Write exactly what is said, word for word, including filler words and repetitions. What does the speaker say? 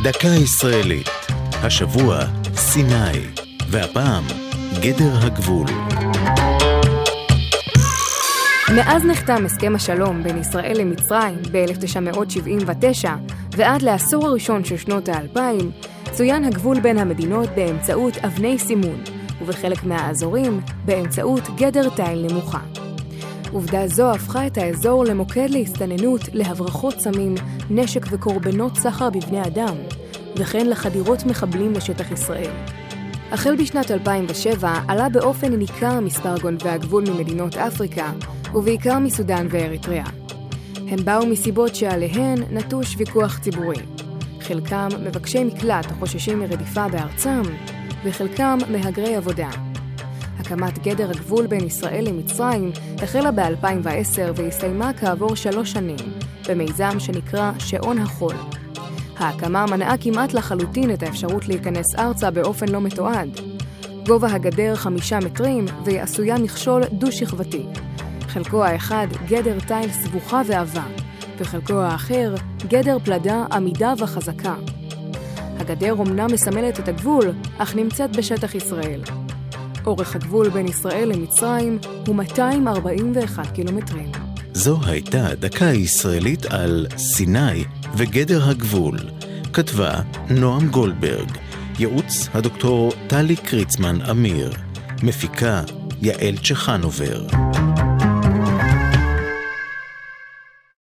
דקה ישראלית. השבוע סיני, והפעם גדר הגבול. מאז נחתם הסכם השלום בין ישראל למצרים ב-אלף תשע מאות שבעים ותשע ועד לעשור הראשון של שנות האלפיים, צוין הגבול בין המדינות באמצעות אבני סימון, ובחלק מהאזורים באמצעות גדר תיל נמוכה. עובדה זו הפכה את האזור למוקד להסתננות, להברחות סמים, נשק וקורבנות סחר בבני אדם, וכן לחדירות מחבלים לשטח ישראל. החל בשנת אלפיים ושבע עלה באופן ניכר מספר גונבי הגבול ממדינות אפריקה, ובעיקר מסודן ואריתריאה. הם באו מסיבות שעליהן נטוש ויכוח ציבורי. חלקם מבקשי מקלט החוששים מרדיפה בארצם, וחלקם מהגרי עבודה. הקמת גדר הגבול בין ישראל למצרים החלה ב-אלפיים ועשר והסתיימה כעבור שלוש שנים, במיזם שנקרא שעון החול. ההקמה מנעה כמעט לחלוטין את האפשרות להיכנס ארצה באופן לא מתועד. גובה הגדר חמישה מטרים והיא עשויה מכשול דו-שכבתי. חלקו האחד גדר תיל סבוכה ועבה, וחלקו האחר גדר פלדה עמידה וחזקה. הגדר אומנם מסמלת את הגבול, אך נמצאת בשטח ישראל. אורך הגבול בין ישראל למצרים הוא מאתיים ארבעים ואחד קילומטרים. זו הייתה דקה ישראלית על סיני וגדר הגבול. כתבה נועם גולדברג, ייעוץ הדוקטור טלי קריצמן אמיר, מפיקה יעל צ'חנובר.